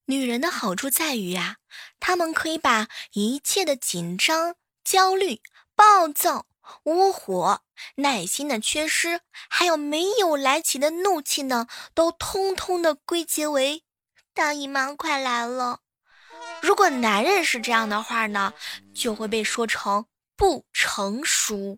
女人的好处在于呀，她们可以把一切的紧张、焦虑、暴躁、窝火、耐心的缺失，还有没有来齐的怒气呢，都通通的归结为大姨妈快来了。如果男人是这样的话呢，就会被说成不成熟。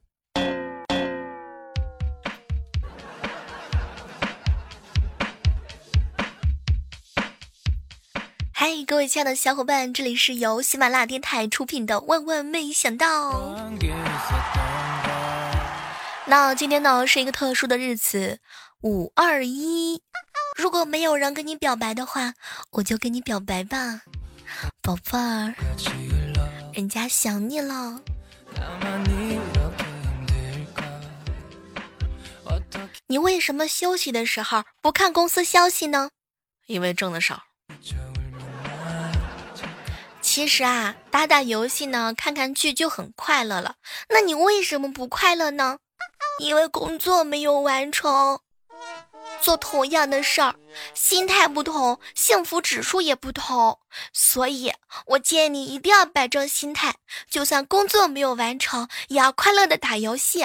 嗨，各位亲爱的小伙伴，这里是由喜马拉雅电台出品的《万万没想到》。那今天呢是一个特殊的日子，521。如果没有人跟你表白的话，我就跟你表白吧，宝贝儿，人家想你了。你为什么休息的时候不看公司消息呢？因为挣得少。其实啊，打打游戏呢，看看剧就很快乐了。那你为什么不快乐呢？因为工作没有完成。做同样的事儿，心态不同，幸福指数也不同。所以我建议你一定要摆正心态，就算工作没有完成，也要快乐的打游戏。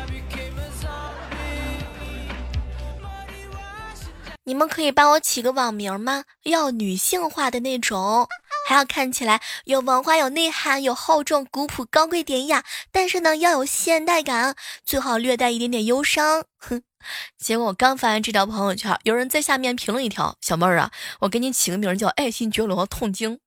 你们可以帮我起个网名吗？要女性化的那种，还要看起来有文化、有内涵、有厚重、古朴、高贵典雅，但是呢要有现代感，最好略带一点点忧伤。哼，结果我刚发完这条朋友圈，有人在下面评论一条：小妹儿啊，我给你起个名叫爱新觉罗痛经。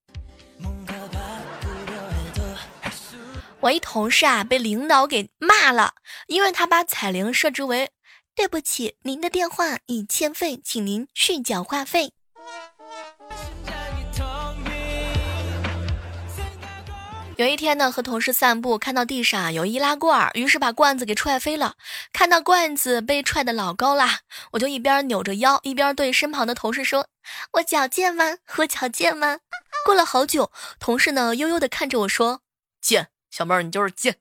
我一同事啊被领导给骂了，因为他把彩铃设置为对不起，您的电话已欠费，请您续缴话费。有一天呢，和同事散步，看到地上有易拉罐，于是把罐子给踹飞了。看到罐子被踹得老高啦，我就一边扭着腰，一边对身旁的同事说：“我矫健吗？我矫健吗？”过了好久，同事呢悠悠地看着我说：“贱，小妹儿，你就是贱。”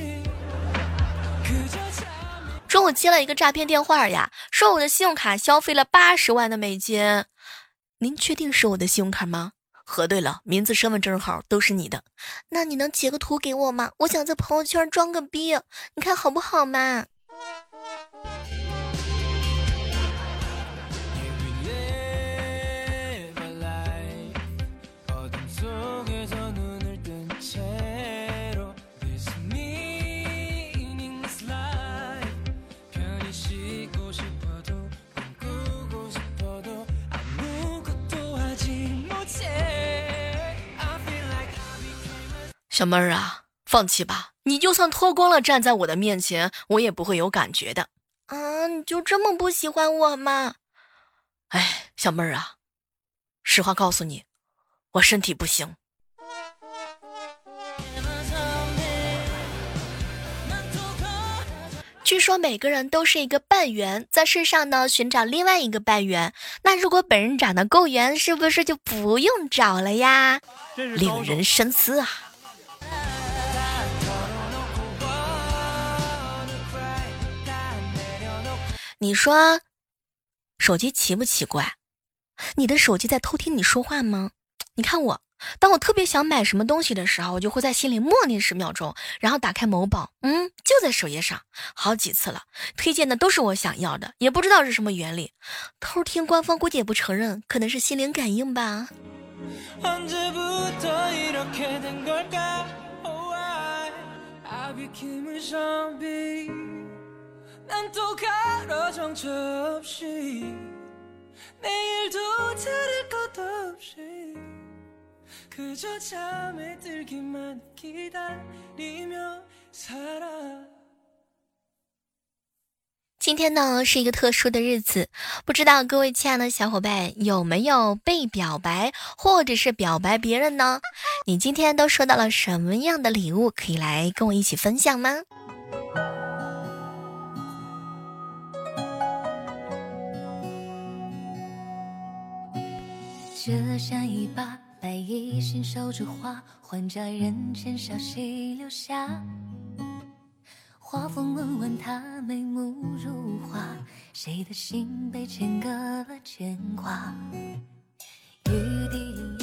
中午接了一个诈骗电话呀，说我的信用卡消费了80万的美金。您确定是我的信用卡吗？核对了，名字、身份证号都是你的。那你能截个图给我吗？我想在朋友圈装个逼，你看好不好嘛？小妹儿啊，放弃吧，你就算脱光了站在我的面前，我也不会有感觉的。啊，你就这么不喜欢我吗？哎，小妹儿啊，实话告诉你，我身体不行。据说每个人都是一个半圆，在世上呢寻找另外一个半圆。那如果本人长得够圆，是不是就不用找了呀？令人深思啊。你说手机奇不奇怪？你的手机在偷听你说话吗？你看我，当我特别想买什么东西的时候，我就会在心里默念10秒钟，然后打开某宝，就在首页上，好几次了，推荐的都是我想要的，也不知道是什么原理。偷听官方估计也不承认，可能是心灵感应吧。今天呢是一个特殊的日子，不知道各位亲爱的小伙伴有没有被表白，或者是表白别人呢？你今天都收到了什么样的礼物，可以来跟我一起分享吗？ 这像一把白衣信手之花，还家人间消息留下。画风温婉，她眉目如画，谁的心被牵割了牵挂。雨滴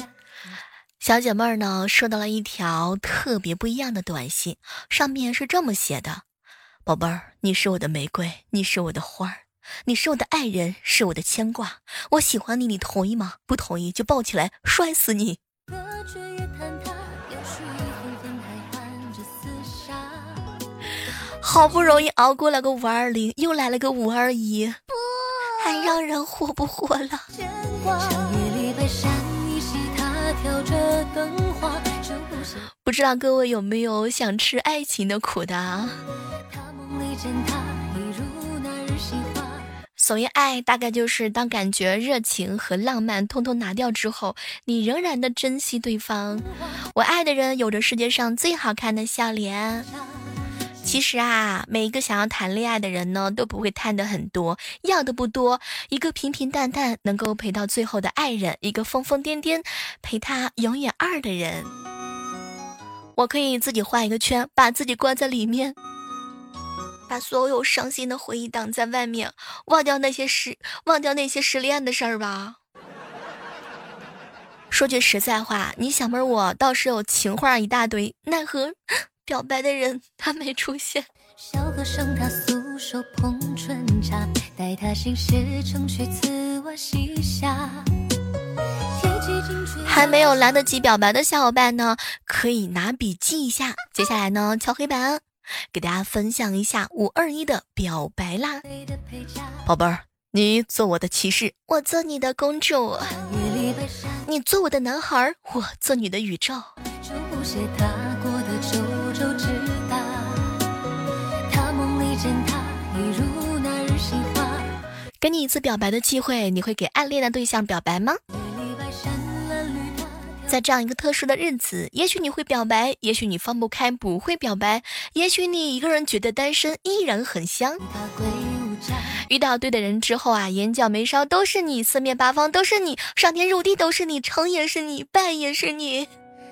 小姐妹儿呢收到了一条特别不一样的短信，上面是这么写的：宝贝儿，你是我的玫瑰，你是我的花儿，你是我的爱人，是我的牵挂。我喜欢你，你同意吗？不同意就抱起来摔死你。好不容易熬过了个520，又来了个521，还让人活不活了？不知道各位有没有想吃爱情的苦的啊？所谓爱，大概就是当感觉、热情和浪漫通通拿掉之后，你仍然的珍惜对方。我爱的人有着世界上最好看的笑脸。其实啊，每一个想要谈恋爱的人呢，都不会贪得很多，要的不多，一个平平淡淡能够陪到最后的爱人，一个疯疯癫癫陪他永远二的人。我可以自己画一个圈，把自己关在里面，把所有伤心的回忆挡在外面，忘掉那些失恋的事儿吧。说句实在话，你小妹我倒是有情话一大堆，奈何表白的人他没出现。小和尚他素手捧春茶，待他心事成曲自我西下。还没有来得及表白的小伙伴呢，可以拿笔记一下。接下来呢，敲黑板，给大家分享一下521的表白啦。宝贝儿，你做我的骑士，我做你的公主；你做我的男孩，我做你的宇宙。给你一次表白的机会，你会给暗恋的对象表白吗？在这样一个特殊的日子，也许你会表白，也许你放不开不会表白，也许你一个人觉得单身依然很香。遇到对的人之后啊，眼角眉梢都是你，四面八方都是你，上天入地都是你，成也是你，败也是你。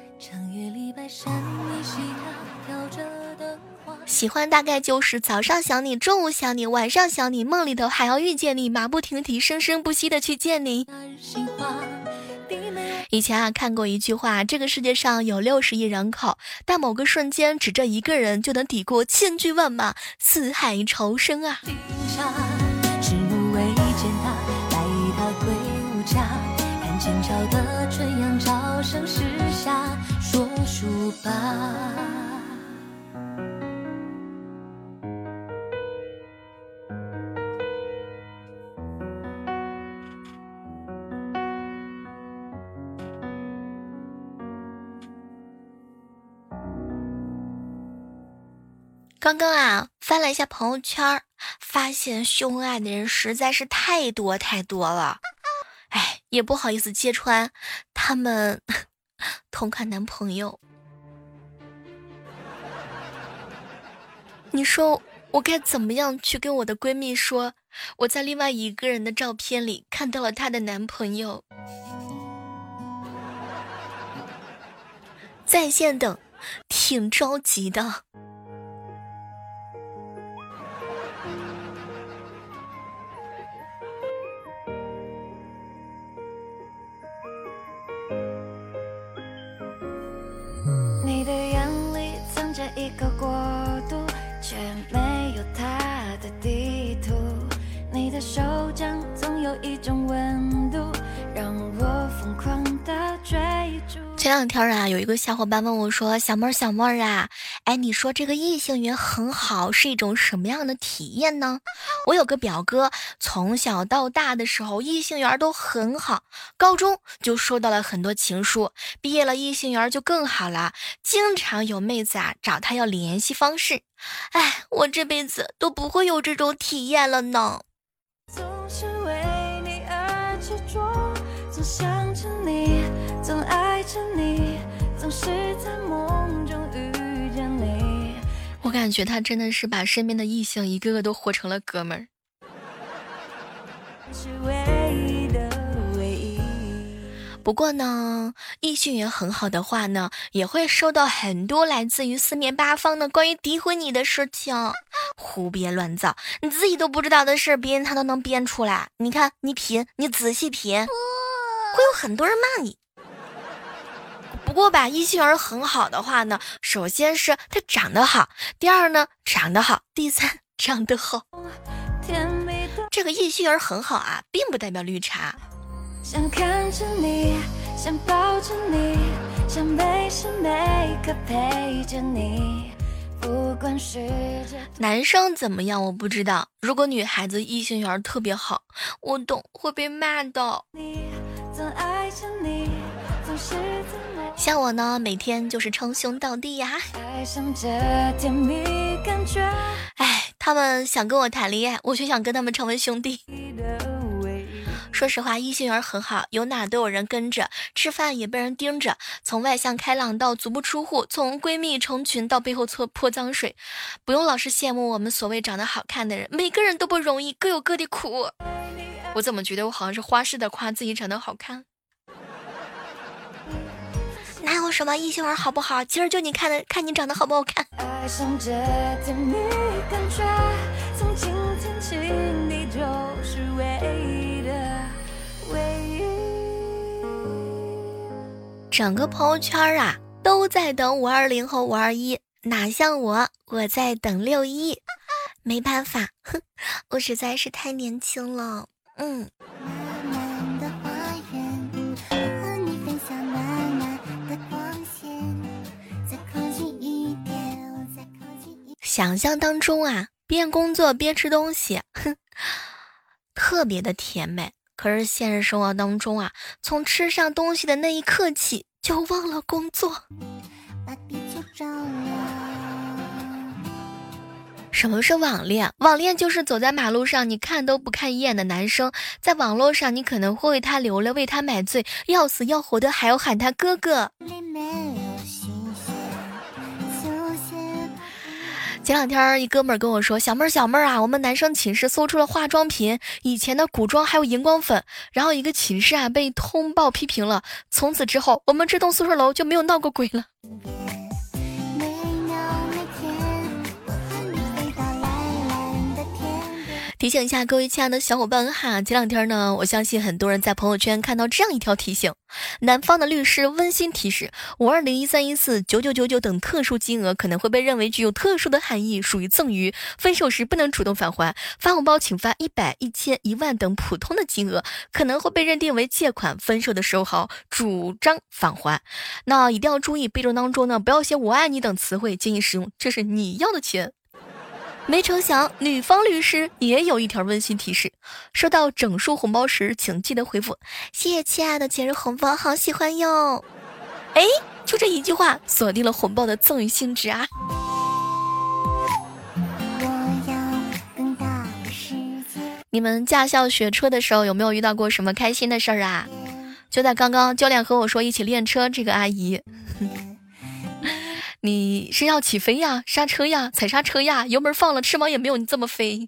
喜欢大概就是早上想你，中午想你，晚上想你，梦里头还要遇见你，马不停蹄生生不息的去见你。以前啊看过一句话，这个世界上有60亿人口，但某个瞬间只这一个人就能抵过千军万马，四海潮生啊。看前朝的春阳照盛世下，说书吧。刚刚啊翻了一下朋友圈，发现秀恩爱的人实在是太多了。哎，也不好意思揭穿他们同款男朋友。你说我该怎么样去跟我的闺蜜说，我在另外一个人的照片里看到了她的男朋友？在线等，挺着急的。你的眼里藏着一个国度，却没有它的地图。你的手掌总有一种温度，让我疯狂地追逐。前两天啊，有一个小伙伴问我说：“小妹儿啊，哎，你说这个异性缘很好是一种什么样的体验呢？”我有个表哥，从小到大的时候异性缘都很好，高中就收到了很多情书，毕业了异性缘就更好了，经常有妹子啊找他要联系方式。哎，我这辈子都不会有这种体验了呢。总是为你而执着，总想着你，总爱着你，总是在梦中遇见你。我感觉他真的是把身边的异性一个个都活成了哥们儿。不过呢，异性缘很好的话呢，也会收到很多来自于四面八方的关于诋毁你的事情，胡编乱造，你自己都不知道的事，别人他都能编出来。你看，你品，你仔细品，会有很多人骂你。 过吧，异性缘很好的话呢，首先是他长得好，第二呢长得好，第三长得好。这个异性缘很好啊，并不代表绿茶。 想看着你，想抱着你，想每时每刻陪着你，不管是男生怎么样我不知道，如果女孩子异性缘特别好，我懂会被骂的。像我呢，每天就是称兄道弟呀。哎，他们想跟我谈恋爱，我却想跟他们成为兄弟。说实话，异性缘很好，有哪都有人跟着，吃饭也被人盯着，从外向开朗到足不出户，从闺蜜成群到背后泼脏水，不用老是羡慕我们所谓长得好看的人，每个人都不容易，各有各的苦。我怎么觉得我好像是花式的夸自己长得好看？哪有什么异性缘好不好？今儿就你看你长得好不好看。爱上这甜蜜感觉，从今天起你就是唯一的唯一。整个朋友圈啊都在等520和521，哪像我在等61。没办法，我实在是太年轻了。想象当中啊，边工作边吃东西，特别的甜美。可是现实生活当中啊，从吃上东西的那一刻起，就忘了工作。什么是网恋？网恋就是走在马路上，你看都不看一眼的男生，在网络上你可能会为他流泪，为他买醉，要死要活的还要喊他哥哥。前两天一哥们儿跟我说，小妹儿啊，我们男生寝室搜出了化妆品，以前的古装还有荧光粉，然后一个寝室啊被通报批评了，从此之后我们这栋宿舍楼就没有闹过鬼了。提醒一下各位亲爱的小伙伴哈，前两天呢，我相信很多人在朋友圈看到这样一条提醒：男方的律师温馨提示，52013149999等特殊金额可能会被认为具有特殊的含义，属于赠与，分手时不能主动返还。发红包请发100、1000、10000等普通的金额，可能会被认定为借款，分手的时候好主张返还。那一定要注意备注当中呢，不要写我爱你等词汇，建议使用这是你要的钱。没成想女方律师也有一条温馨提示，收到整数红包时请记得回复谢谢亲爱的节日红包，好喜欢哟。哎，就这一句话锁定了红包的赠与性质啊。你们驾校学车的时候有没有遇到过什么开心的事儿啊？就在刚刚教练和我说一起练车，这个阿姨你是要起飞呀，刹车呀，踩刹车呀，油门放了，翅膀也没有你这么飞。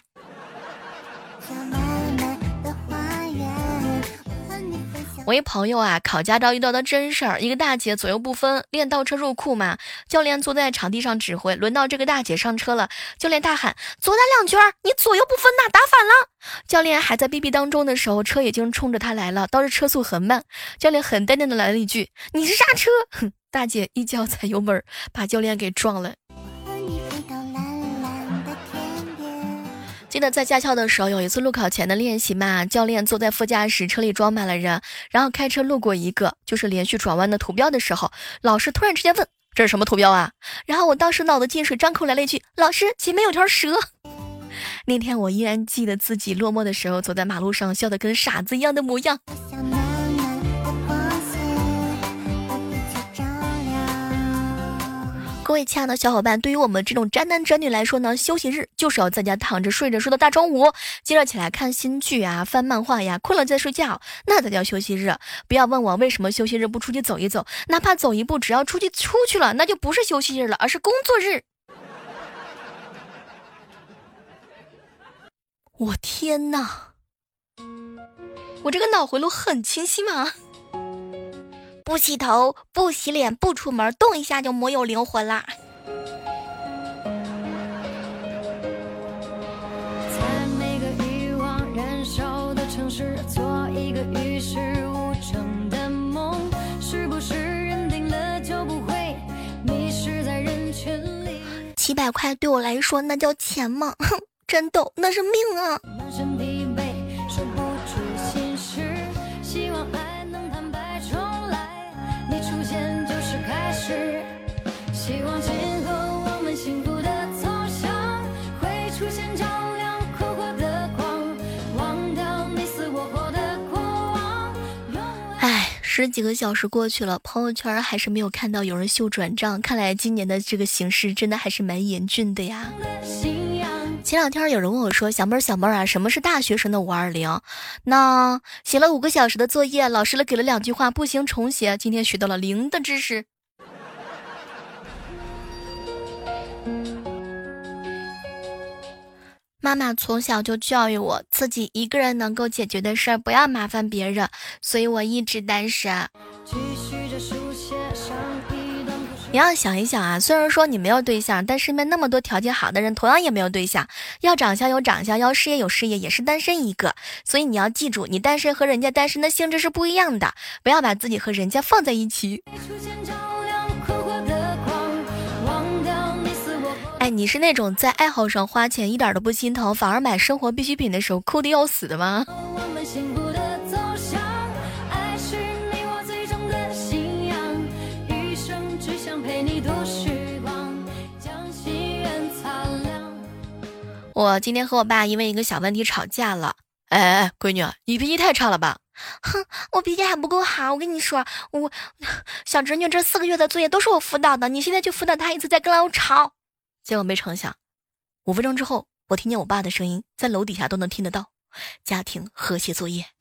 我一朋友啊，考驾照遇到的真事儿，一个大姐左右不分，练倒车入库嘛，教练坐在场地上指挥，轮到这个大姐上车了，教练大喊左打2圈，你左右不分呐，打反了。教练还在逼逼当中的时候，车已经冲着他来了，倒是车速很慢，教练很淡定的来了一句你是刹车。大姐一脚踩油门，把教练给撞了。记得在驾校的时候，有一次路考前的练习嘛，教练坐在副驾驶，车里装满了人，然后开车路过一个就是连续转弯的图标的时候，老师突然之间问这是什么图标啊？然后我当时脑子进水，张口来了一句老师前面有条蛇。那天我依然记得自己落寞的时候走在马路上，笑得跟傻子一样的模样。各位亲爱的小伙伴，对于我们这种宅男宅女来说呢，休息日就是要在家躺着睡着睡到大中午，接着起来看新剧啊，翻漫画呀，困了再睡觉，那才叫休息日。不要问我为什么休息日不出去走一走，哪怕走一步，只要出去了，那就不是休息日了，而是工作日。我天哪，我这个脑回路很清晰吗？不洗头，不洗脸，不出门，动一下就没有灵魂啦。 在每个欲望燃烧的城市，做一个与世无争的梦，是不是认定了就 700块对我来说那叫钱吗？哼，真逗，那是命啊！10几个小时过去了，朋友圈还是没有看到有人秀转账，看来今年的这个形势真的还是蛮严峻的呀。前两天有人问我说，小妹儿啊，什么是大学生的520？那写了5个小时的作业，老师给了2句话，不行重写，今天学到了0的知识。妈妈从小就教育我，自己一个人能够解决的事儿不要麻烦别人，所以我一直单身。你要想一想啊，虽然说你没有对象，但身边那么多条件好的人同样也没有对象，要长相有长相，要事业有事业，也是单身一个。所以你要记住，你单身和人家单身的性质是不一样的，不要把自己和人家放在一起。哎，你是那种在爱好上花钱一点都不心疼，反而买生活必需品的时候哭得要死的吗？我今天和我爸因为一个小问题吵架了。哎，闺女，你脾气太差了吧？哼，我脾气还不够好。我跟你说，我小侄女这4个月的作业都是我辅导的，你现在就辅导她一次，再跟我吵。结果没成想，5分钟之后，我听见我爸的声音在楼底下都能听得到。家庭和谐作业。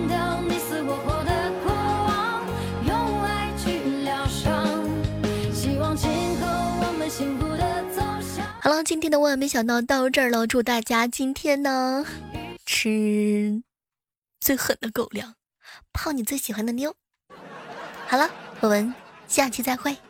好了，今天的万万没想到到这儿了，祝大家今天呢吃最狠的狗粮，泡你最喜欢的妞。好了，我们下期再会。